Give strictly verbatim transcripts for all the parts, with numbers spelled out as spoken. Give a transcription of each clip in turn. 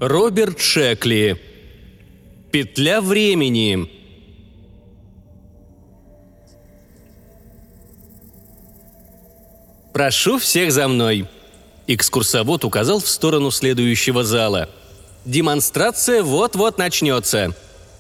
Роберт Шекли. Петля времени. «Прошу всех за мной!» Экскурсовод указал в сторону следующего зала. «Демонстрация вот-вот начнется!»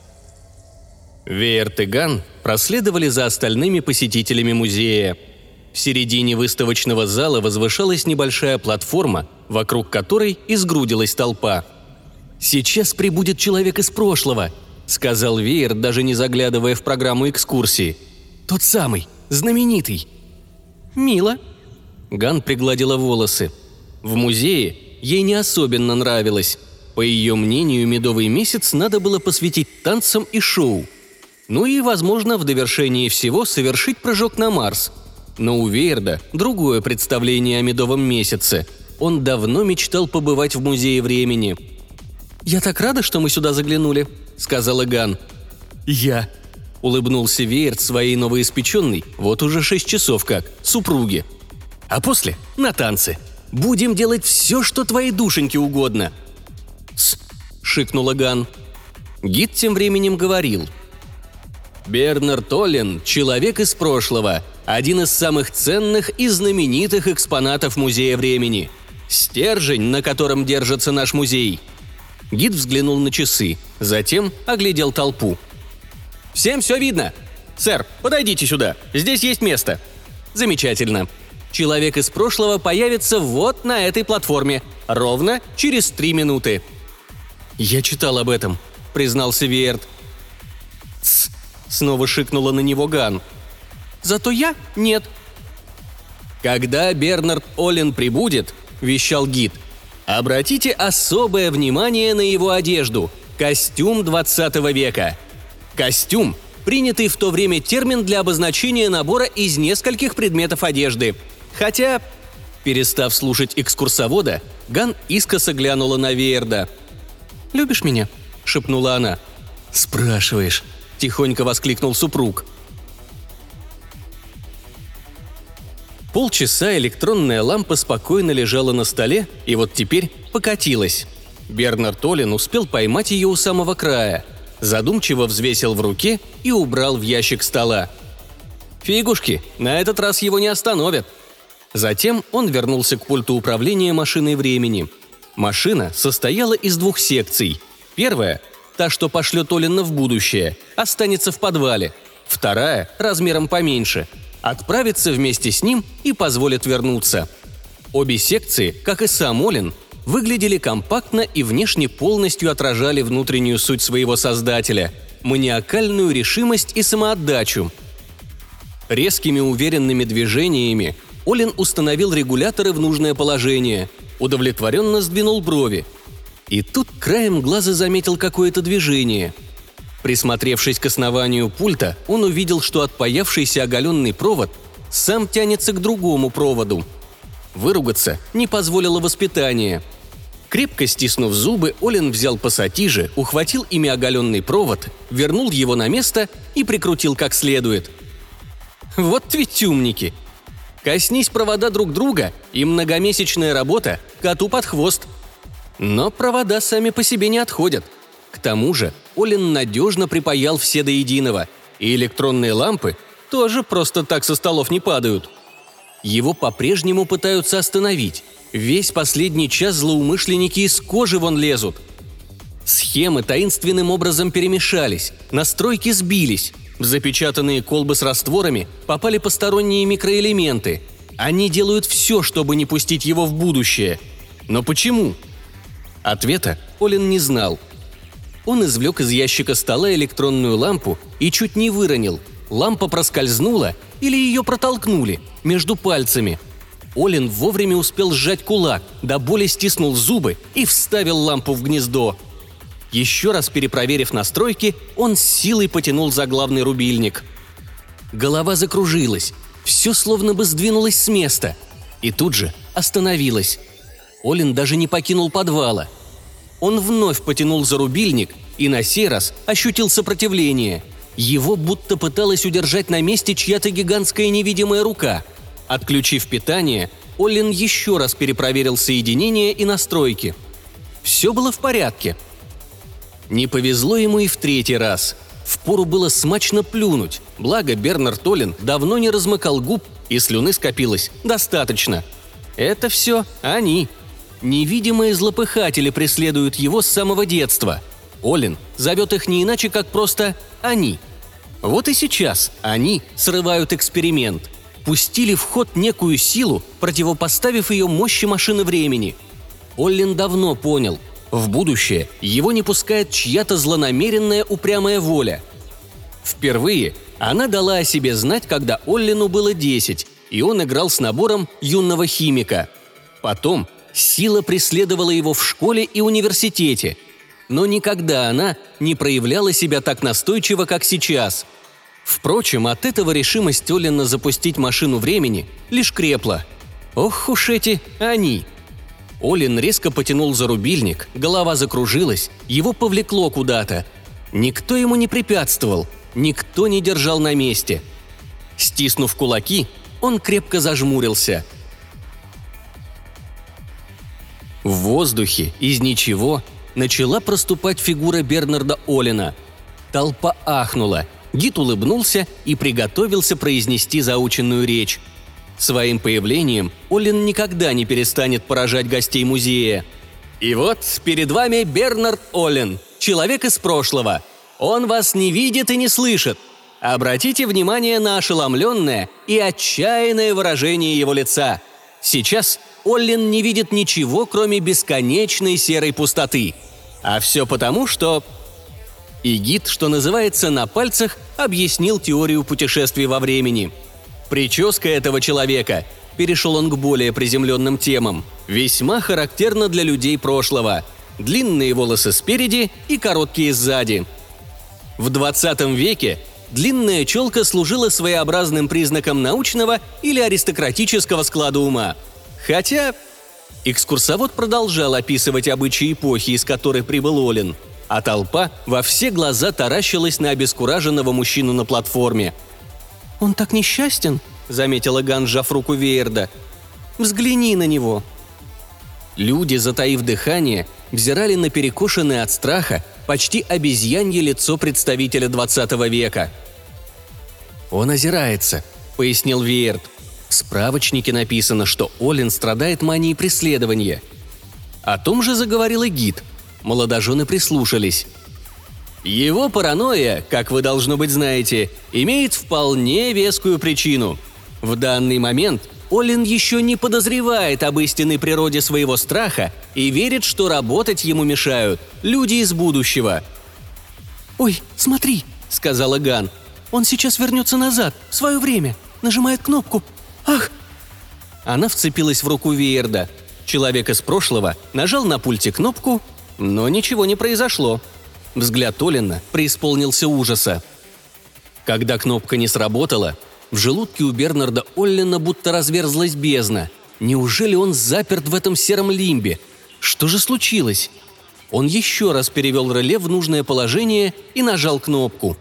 Веерт и Ган проследовали за остальными посетителями музея. В середине выставочного зала возвышалась небольшая платформа, вокруг которой изгрудилась толпа. «Сейчас прибудет человек из прошлого», — сказал Веерт, даже не заглядывая в программу экскурсии. «Тот самый, знаменитый». «Мило». Ган пригладила волосы. В музее ей не особенно нравилось. По ее мнению, медовый месяц надо было посвятить танцам и шоу. Ну и, возможно, в довершении всего совершить прыжок на Марс. Но у Веерда другое представление о медовом месяце. Он давно мечтал побывать в музее времени. «Я так рада, что мы сюда заглянули», — сказала Ган. «Я», — улыбнулся Веерд своей новоиспеченной, вот уже шесть часов как, супруге. «А после — на танцы. Будем делать все, что твоей душеньке угодно». «Тсс», — шикнула Ган. Гид тем временем говорил. «Бернард Оллен – человек из прошлого, один из самых ценных и знаменитых экспонатов Музея времени. Стержень, на котором держится наш музей». Гид взглянул на часы, затем оглядел толпу. «Всем все видно? Сэр, подойдите сюда, здесь есть место». «Замечательно. Человек из прошлого появится вот на этой платформе, ровно через три минуты». «Я читал об этом», — признался Веерт. «Тсс», — снова шикнула на него Ган. «Зато я — нет». «Когда Бернард Оллен прибудет», — вещал гид, — «обратите особое внимание на его одежду – костюм двадцатого века. Костюм – принятый в то время термин для обозначения набора из нескольких предметов одежды. Хотя...» Перестав слушать экскурсовода, Ган искоса глянула на Веерда. «Любишь меня?» – шепнула она. «Спрашиваешь», – тихонько воскликнул супруг. Полчаса электронная лампа спокойно лежала на столе и вот теперь покатилась. Бернард Оллен успел поймать ее у самого края, задумчиво взвесил в руке и убрал в ящик стола. Фигушки, на этот раз его не остановят. Затем он вернулся к пульту управления машиной времени. Машина состояла из двух секций. Первая, та, что пошлет Оллена в будущее, останется в подвале. Вторая, размером поменьше, отправится вместе с ним и позволит вернуться. Обе секции, как и сам Оллен, выглядели компактно и внешне полностью отражали внутреннюю суть своего создателя – маниакальную решимость и самоотдачу. Резкими уверенными движениями Оллен установил регуляторы в нужное положение, удовлетворенно сдвинул брови. И тут краем глаза заметил какое-то движение. Присмотревшись к основанию пульта, он увидел, что отпаявшийся оголенный провод сам тянется к другому проводу. Выругаться не позволило воспитание. Крепко стиснув зубы, Оллен взял пассатижи, ухватил ими оголенный провод, вернул его на место и прикрутил как следует. Вот ведь умники! Коснись провода друг друга, и многомесячная работа коту под хвост. Но провода сами по себе не отходят. К тому же Оллен надежно припаял все до единого, и электронные лампы тоже просто так со столов не падают. Его по-прежнему пытаются остановить. Весь последний час злоумышленники из кожи вон лезут. Схемы таинственным образом перемешались, настройки сбились. В запечатанные колбы с растворами попали посторонние микроэлементы. Они делают все, чтобы не пустить его в будущее. Но почему? Ответа Оллен не знал. Он извлек из ящика стола электронную лампу и чуть не выронил. Лампа проскользнула или ее протолкнули между пальцами. Оллен вовремя успел сжать кулак, до боли стиснул зубы и вставил лампу в гнездо. Еще раз перепроверив настройки, он с силой потянул за главный рубильник. Голова закружилась, все словно бы сдвинулось с места. И тут же остановилось. Оллен даже не покинул подвала. Он вновь потянул за рубильник и на сей раз ощутил сопротивление. Его будто пыталась удержать на месте чья-то гигантская невидимая рука. Отключив питание, Оллен еще раз перепроверил соединение и настройки. Все было в порядке. Не повезло ему и в третий раз. Впору было смачно плюнуть, благо Бернард Оллен давно не размыкал губ, и слюны скопилось достаточно. Это все они. Невидимые злопыхатели преследуют его с самого детства. Оллен зовет их не иначе, как просто «они». Вот и сейчас они срывают эксперимент. Пустили в ход некую силу, противопоставив ее мощи машины времени. Оллен давно понял – в будущее его не пускает чья-то злонамеренная упрямая воля. Впервые она дала о себе знать, когда Оллену было десять, и он играл с набором юного химика. Потом сила преследовала его в школе и университете. Но никогда она не проявляла себя так настойчиво, как сейчас. Впрочем, от этого решимость Оллена запустить машину времени лишь крепла. Ох уж эти они! Оллен резко потянул за рубильник, голова закружилась, его повлекло куда-то. Никто ему не препятствовал, никто не держал на месте. Стиснув кулаки, он крепко зажмурился. В воздухе из ничего начала проступать фигура Бернарда Оллена. Толпа ахнула, гид улыбнулся и приготовился произнести заученную речь. Своим появлением Оллен никогда не перестанет поражать гостей музея. И вот перед вами Бернард Оллен, человек из прошлого. Он вас не видит и не слышит. Обратите внимание на ошеломленное и отчаянное выражение его лица. Сейчас Оллен не видит ничего, кроме бесконечной серой пустоты. А все потому, что... И гид, что называется, на пальцах объяснил теорию путешествий во времени. Прическа этого человека, перешел он к более приземленным темам, весьма характерна для людей прошлого. Длинные волосы спереди и короткие сзади. В двадцатом веке длинная челка служила своеобразным признаком научного или аристократического склада ума. Хотя экскурсовод продолжал описывать обычаи эпохи, из которой прибыл Оллен, а толпа во все глаза таращилась на обескураженного мужчину на платформе. «Он так несчастен», — заметила Ган, сжав руку Веерда. «Взгляни на него». Люди, затаив дыхание, взирали на перекошенное от страха, почти обезьянье лицо представителя двадцатого века. «Он озирается», — пояснил Веерд. «В справочнике написано, что Оллен страдает манией преследования». О том же заговорил и гид. Молодожены прислушались. Его паранойя, как вы, должно быть, знаете, имеет вполне вескую причину. В данный момент Оллен еще не подозревает об истинной природе своего страха и верит, что работать ему мешают люди из будущего. «Ой, смотри», — сказала Ган, — «он сейчас вернется назад, в свое время, нажимает кнопку. Ах!» Она вцепилась в руку Веерда. Человек из прошлого нажал на пульте кнопку, но ничего не произошло. Взгляд Оллена преисполнился ужаса. Когда кнопка не сработала, в желудке у Бернарда Оллена будто разверзлась бездна. Неужели он заперт в этом сером лимбе? Что же случилось? Он еще раз перевел реле в нужное положение и нажал кнопку.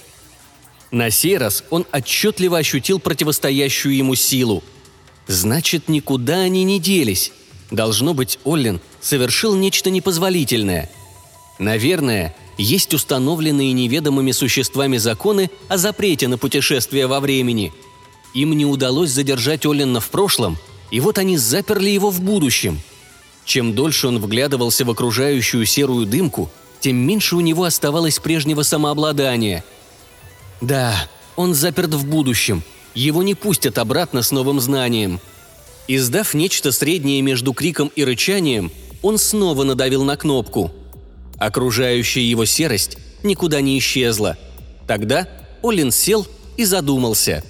На сей раз он отчетливо ощутил противостоящую ему силу. Значит, никуда они не делись. Должно быть, Оллен совершил нечто непозволительное. Наверное, есть установленные неведомыми существами законы о запрете на путешествия во времени. Им не удалось задержать Оллена в прошлом, и вот они заперли его в будущем. Чем дольше он вглядывался в окружающую серую дымку, тем меньше у него оставалось прежнего самообладания. Да, он заперт в будущем, его не пустят обратно с новым знанием. Издав нечто среднее между криком и рычанием, он снова надавил на кнопку. Окружающая его серость никуда не исчезла. Тогда Оллен сел и задумался.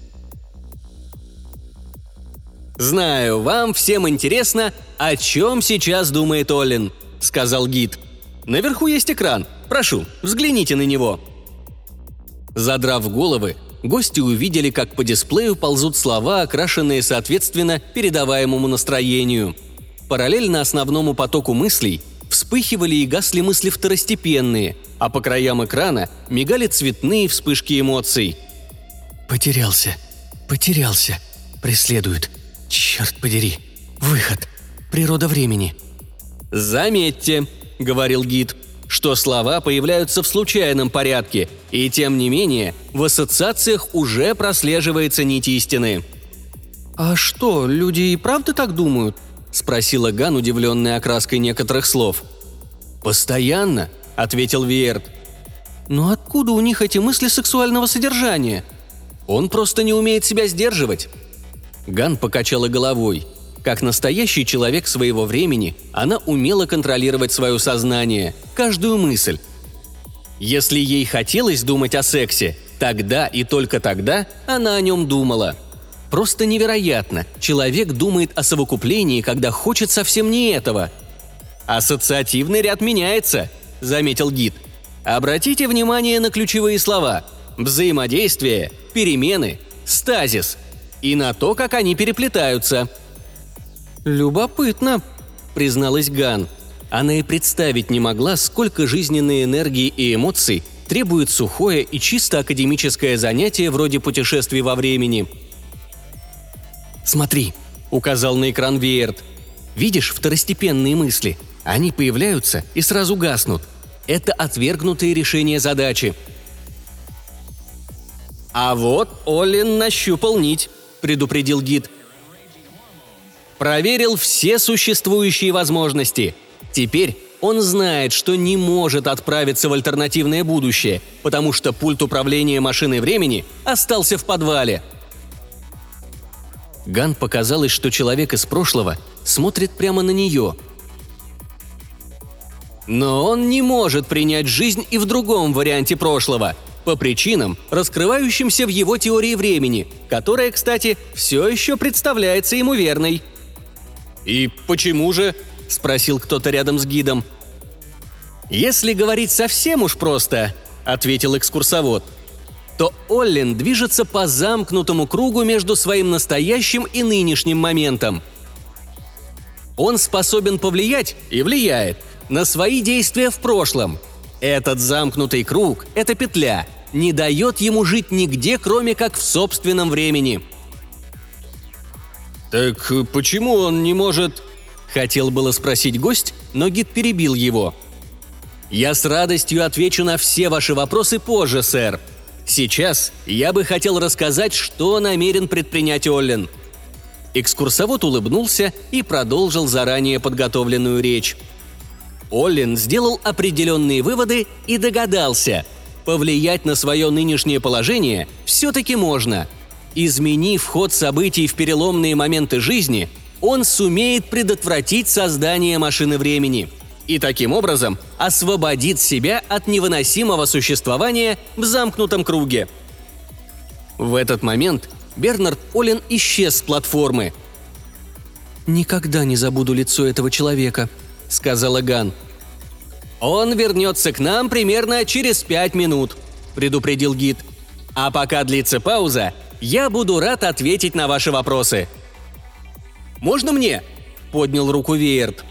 «Знаю, вам всем интересно, о чем сейчас думает Оллен», — сказал гид. «Наверху есть экран. Прошу, взгляните на него». Задрав головы, гости увидели, как по дисплею ползут слова, окрашенные соответственно передаваемому настроению. Параллельно основному потоку мыслей вспыхивали и гасли мысли второстепенные, а по краям экрана мигали цветные вспышки эмоций. «Потерялся, потерялся, преследуют. Черт подери, выход, природа времени». «Заметьте», — говорил гид, — «что слова появляются в случайном порядке, и тем не менее в ассоциациях уже прослеживается нить истины». «А что, люди и правда так думают?» – спросила Ган, удивленная окраской некоторых слов. «Постоянно», – ответил Виерт. «Но откуда у них эти мысли сексуального содержания?» «Он просто не умеет себя сдерживать». Ган покачала головой. Как настоящий человек своего времени, она умела контролировать свое сознание, каждую мысль. Если ей хотелось думать о сексе, тогда и только тогда она о нем думала. Просто невероятно, человек думает о совокуплении, когда хочет совсем не этого. «Ассоциативный ряд меняется», – заметил гид. «Обратите внимание на ключевые слова – взаимодействие, перемены, стазис и на то, как они переплетаются». «Любопытно», – призналась Ган. Она и представить не могла, сколько жизненной энергии и эмоций требует сухое и чисто академическое занятие вроде путешествий во времени. «Смотри», – указал на экран Виерт. «Видишь второстепенные мысли? Они появляются и сразу гаснут. Это отвергнутые решения задачи». «А вот Оллен нащупал нить», – предупредил гид. «Проверил все существующие возможности. Теперь он знает, что не может отправиться в альтернативное будущее, потому что пульт управления машиной времени остался в подвале». Ган показалось, что человек из прошлого смотрит прямо на нее. Но он не может принять жизнь и в другом варианте прошлого, по причинам, раскрывающимся в его теории времени, которая, кстати, все еще представляется ему верной. «И почему же?» – спросил кто-то рядом с гидом. «Если говорить совсем уж просто», – ответил экскурсовод, то Оллен движется по замкнутому кругу между своим настоящим и нынешним моментом. Он способен повлиять и влияет на свои действия в прошлом. Этот замкнутый круг, эта петля, не дает ему жить нигде, кроме как в собственном времени». «Так почему он не может...» – хотел было спросить гость, но гид перебил его. «Я с радостью отвечу на все ваши вопросы позже, сэр. Сейчас я бы хотел рассказать, что намерен предпринять Оллен». Экскурсовод улыбнулся и продолжил заранее подготовленную речь. Оллен сделал определенные выводы и догадался – повлиять на свое нынешнее положение все-таки можно. Изменив ход событий в переломные моменты жизни, он сумеет предотвратить создание машины времени и таким образом освободит себя от невыносимого существования в замкнутом круге. В этот момент Бернард Оллен исчез с платформы. «Никогда не забуду лицо этого человека», — сказала Ган. «Он вернется к нам примерно через пять минут», — предупредил гид. «А пока длится пауза, я буду рад ответить на ваши вопросы». «Можно мне?» – поднял руку Виерт.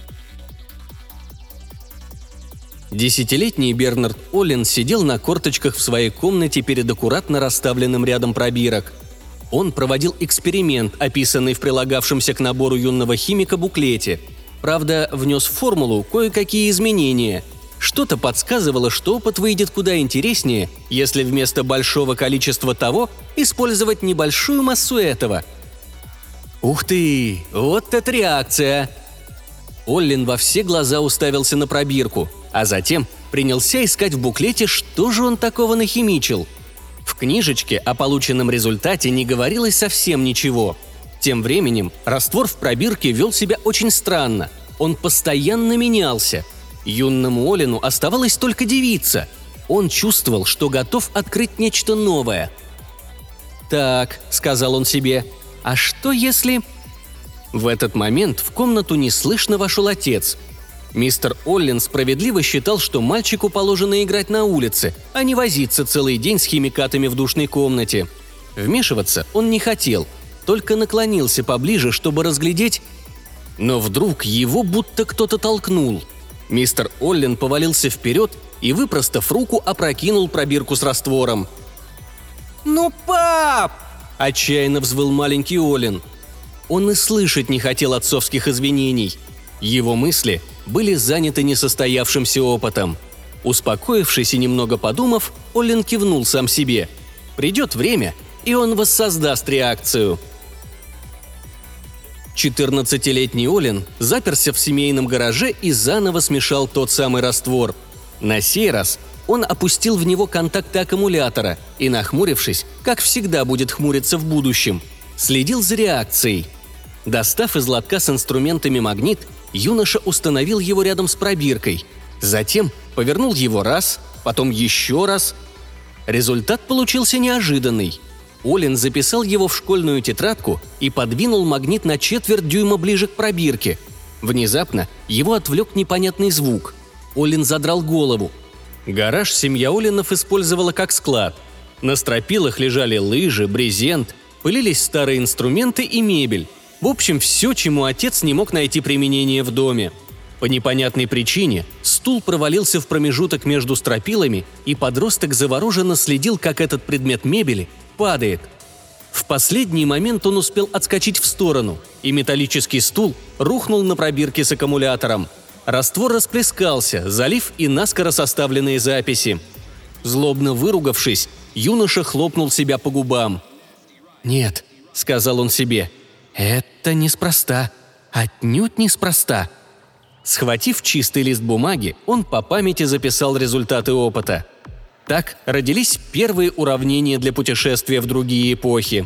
Десятилетний Бернард Оллен сидел на корточках в своей комнате перед аккуратно расставленным рядом пробирок. Он проводил эксперимент, описанный в прилагавшемся к набору юного химика буклете. Правда, внес в формулу кое-какие изменения. Что-то подсказывало, что опыт выйдет куда интереснее, если вместо большого количества того использовать небольшую массу этого. «Ух ты! Вот это реакция!» Оллен во все глаза уставился на пробирку, а затем принялся искать в буклете, что же он такого нахимичил. В книжечке о полученном результате не говорилось совсем ничего. Тем временем раствор в пробирке вел себя очень странно. Он постоянно менялся. Юному Оллену оставалось только дивиться. Он чувствовал, что готов открыть нечто новое. «Так», — сказал он себе, — «а что если...» В этот момент в комнату неслышно вошел отец. Мистер Оллен справедливо считал, что мальчику положено играть на улице, а не возиться целый день с химикатами в душной комнате. Вмешиваться он не хотел, только наклонился поближе, чтобы разглядеть... Но вдруг его будто кто-то толкнул. Мистер Оллен повалился вперед и, выпростав руку, опрокинул пробирку с раствором. «Ну, пап!» – отчаянно взвыл маленький Оллен. Он и слышать не хотел отцовских извинений. Его мысли были заняты несостоявшимся опытом. Успокоившись и немного подумав, Оллен кивнул сам себе. Придет время, и он воссоздаст реакцию. четырнадцатилетний Оллен заперся в семейном гараже и заново смешал тот самый раствор. На сей раз он опустил в него контакты аккумулятора и, нахмурившись, как всегда будет хмуриться в будущем, следил за реакцией. Достав из лотка с инструментами магнит, юноша установил его рядом с пробиркой. Затем повернул его раз, потом еще раз. Результат получился неожиданный. Оллен записал его в школьную тетрадку и подвинул магнит на четверть дюйма ближе к пробирке. Внезапно его отвлек непонятный звук. Оллен задрал голову. Гараж семья Олленов использовала как склад. На стропилах лежали лыжи, брезент, пылились старые инструменты и мебель. В общем, все, чему отец не мог найти применение в доме. По непонятной причине стул провалился в промежуток между стропилами, и подросток завороженно следил, как этот предмет мебели падает. В последний момент он успел отскочить в сторону, и металлический стул рухнул на пробирке с аккумулятором. Раствор расплескался, залив и наскоро составленные записи. Злобно выругавшись, юноша хлопнул себя по губам. «Нет», — сказал он себе, — «это неспроста, отнюдь неспроста». Схватив чистый лист бумаги, он по памяти записал результаты опыта. Так родились первые уравнения для путешествия в другие эпохи.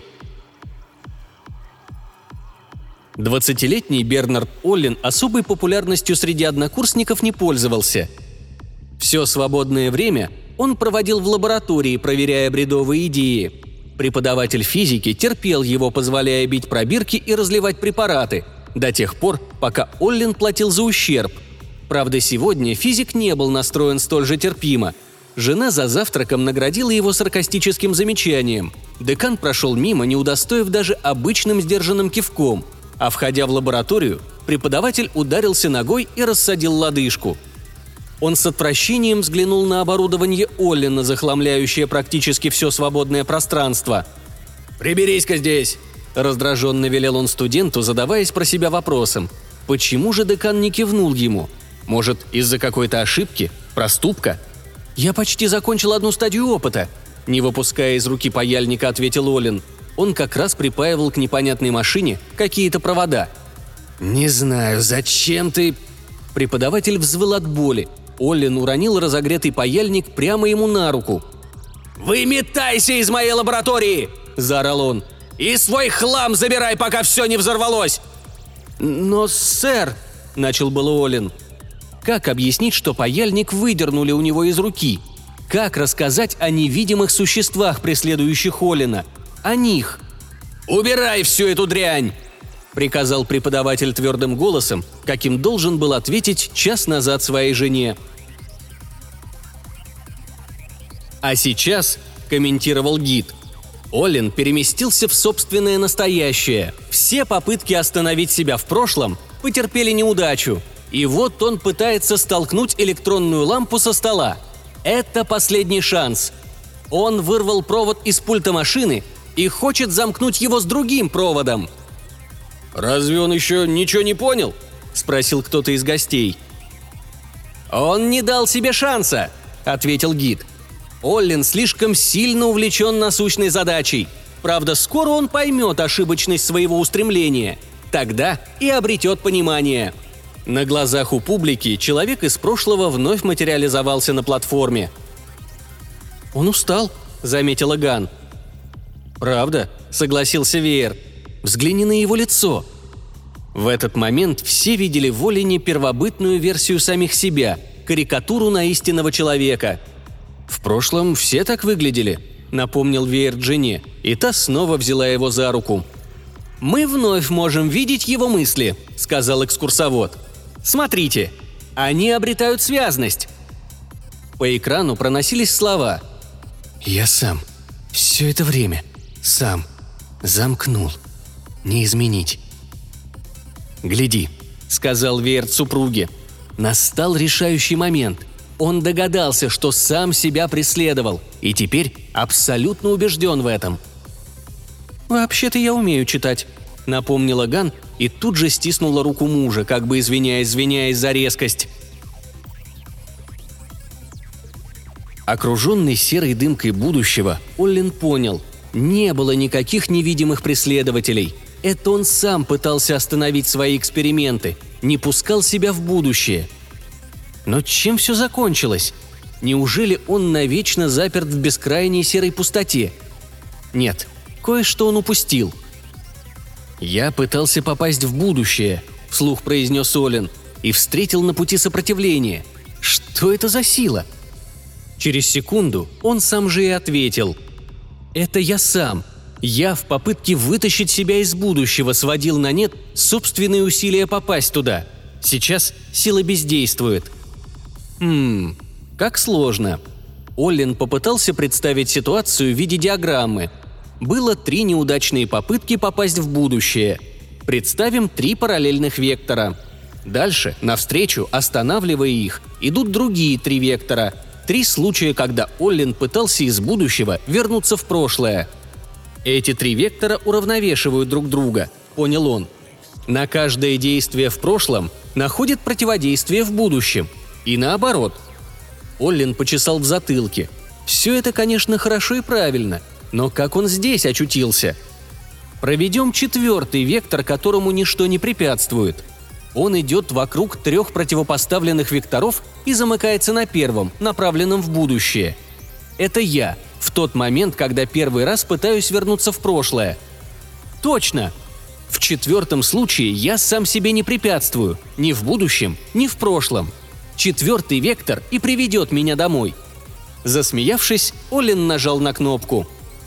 Двадцатилетний Бернард Оллен особой популярностью среди однокурсников не пользовался. Все свободное время он проводил в лаборатории, проверяя бредовые идеи. Преподаватель физики терпел его, позволяя бить пробирки и разливать препараты, до тех пор, пока Оллен платил за ущерб. Правда, сегодня физик не был настроен столь же терпимо. Жена за завтраком наградила его саркастическим замечанием. Декан прошел мимо, не удостоив даже обычным сдержанным кивком. А входя в лабораторию, преподаватель ударился ногой и рассадил лодыжку. Он с отвращением взглянул на оборудование Оллена, захламляющее практически все свободное пространство. «Приберись-ка здесь!» – раздраженно велел он студенту, задаваясь про себя вопросом. Почему же декан не кивнул ему? Может, из-за какой-то ошибки? Проступка? «Я почти закончил одну стадию опыта», – не выпуская из руки паяльника, ответил Оллен. Он как раз припаивал к непонятной машине какие-то провода. «Не знаю, зачем ты...» Преподаватель взвыл от боли. Оллен уронил разогретый паяльник прямо ему на руку. «Выметайся из моей лаборатории!» – заорал он. «И свой хлам забирай, пока все не взорвалось!» «Но, сэр...» – начал было Оллен. Как объяснить, что паяльник выдернули у него из руки? Как рассказать о невидимых существах, преследующих Оллена? О них? «Убирай всю эту дрянь!» – приказал преподаватель твердым голосом, каким должен был ответить час назад своей жене. «А сейчас», – комментировал гид, – Оллен переместился в собственное настоящее. Все попытки остановить себя в прошлом потерпели неудачу. И вот он пытается столкнуть электронную лампу со стола. Это последний шанс. Он вырвал провод из пульта машины и хочет замкнуть его с другим проводом. «Разве он еще ничего не понял?» – спросил кто-то из гостей. «Он не дал себе шанса», – ответил гид. Оллен слишком сильно увлечен насущной задачей. Правда, скоро он поймет ошибочность своего устремления. Тогда и обретет понимание. На глазах у публики человек из прошлого вновь материализовался на платформе. «Он устал», – заметила Ган. «Правда?» – согласился Веер. «Взгляни на его лицо». В этот момент все видели в Оллене первобытную версию самих себя, карикатуру на истинного человека. «В прошлом все так выглядели», – напомнил Веер жене, и та снова взяла его за руку. «Мы вновь можем видеть его мысли», – сказал экскурсовод. «Смотрите, они обретают связность». По экрану проносились слова. «Я сам. Все это время. Сам. Замкнул. Не изменить». «Гляди», – сказал Веер супруге. Настал решающий момент. Он догадался, что сам себя преследовал, и теперь абсолютно убежден в этом. «Вообще-то я умею читать», – напомнила Ган и тут же стиснула руку мужа, как бы извиняясь, извиняясь за резкость. Окруженный серой дымкой будущего, Оллен понял – не было никаких невидимых преследователей. Это он сам пытался остановить свои эксперименты, не пускал себя в будущее. Но чем все закончилось? Неужели он навечно заперт в бескрайней серой пустоте? Нет, кое-что он упустил. «Я пытался попасть в будущее», – вслух произнес Оллен, и встретил на пути сопротивление. Что это за сила? Через секунду он сам же и ответил. «Это я сам. Я в попытке вытащить себя из будущего сводил на нет собственные усилия попасть туда. Сейчас сила бездействует». Хм, как сложно. Оллен попытался представить ситуацию в виде диаграммы. Было три неудачные попытки попасть в будущее. Представим три параллельных вектора. Дальше, навстречу, останавливая их, идут другие три вектора. Три случая, когда Оллен пытался из будущего вернуться в прошлое. Эти три вектора уравновешивают друг друга, понял он. На каждое действие в прошлом находит противодействие в будущем. И наоборот. Оллен почесал в затылке. Все это, конечно, хорошо и правильно, но как он здесь очутился? Проведем четвертый вектор, которому ничто не препятствует. Он идет вокруг трех противопоставленных векторов и замыкается на первом, направленном в будущее. Это я, в тот момент, когда первый раз пытаюсь вернуться в прошлое. Точно! В четвертом случае я сам себе не препятствую, ни в будущем, ни в прошлом. Четвертый вектор и приведет меня домой. Засмеявшись, Оллен нажал на кнопку.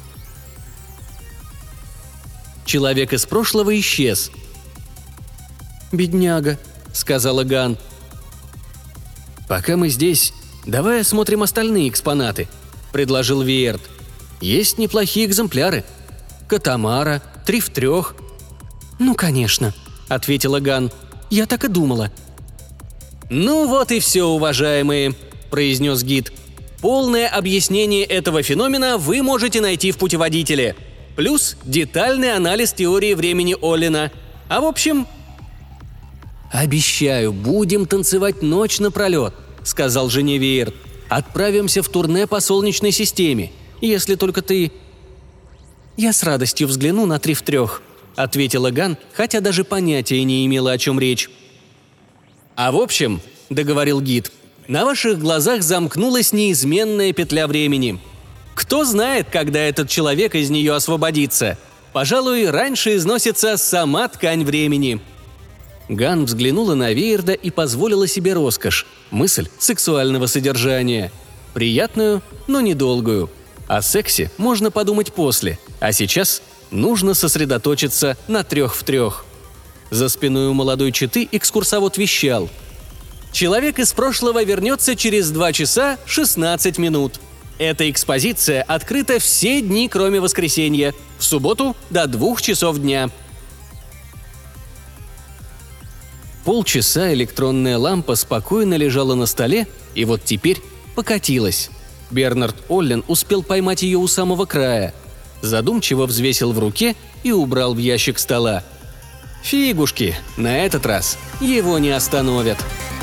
Человек из прошлого исчез. «Бедняга», — сказала Ган. «Пока мы здесь, давай осмотрим остальные экспонаты», — предложил Виерт. «Есть неплохие экземпляры. Катамара, три в трех». «Ну, конечно», — ответила Ган. «Я так и думала». «Ну вот и все, уважаемые», — произнес гид. «Полное объяснение этого феномена вы можете найти в путеводителе. Плюс детальный анализ теории времени Оллена. А в общем...» «Обещаю, будем танцевать ночь напролет», — сказал жене Виерт. «Отправимся в турне по Солнечной системе, если только ты...» «Я с радостью взгляну на три в трех», — ответила Ган, хотя даже понятия не имела, о чем речь. «А в общем», — договорил гид, — «на ваших глазах замкнулась неизменная петля времени. Кто знает, когда этот человек из нее освободится? Пожалуй, раньше износится сама ткань времени». Ган взглянула на Виерда и позволила себе роскошь – мысль сексуального содержания. Приятную, но недолгую. О сексе можно подумать после, а сейчас нужно сосредоточиться на трех в трех. За спиной у молодой четы экскурсовод вещал. «Человек из прошлого вернется через два часа шестнадцать минут. Эта экспозиция открыта все дни, кроме воскресенья, в субботу до двух часов дня». Полчаса электронная лампа спокойно лежала на столе, и вот теперь покатилась. Бернард Оллен успел поймать ее у самого края. Задумчиво взвесил в руке и убрал в ящик стола. Фигушки, на этот раз его не остановят.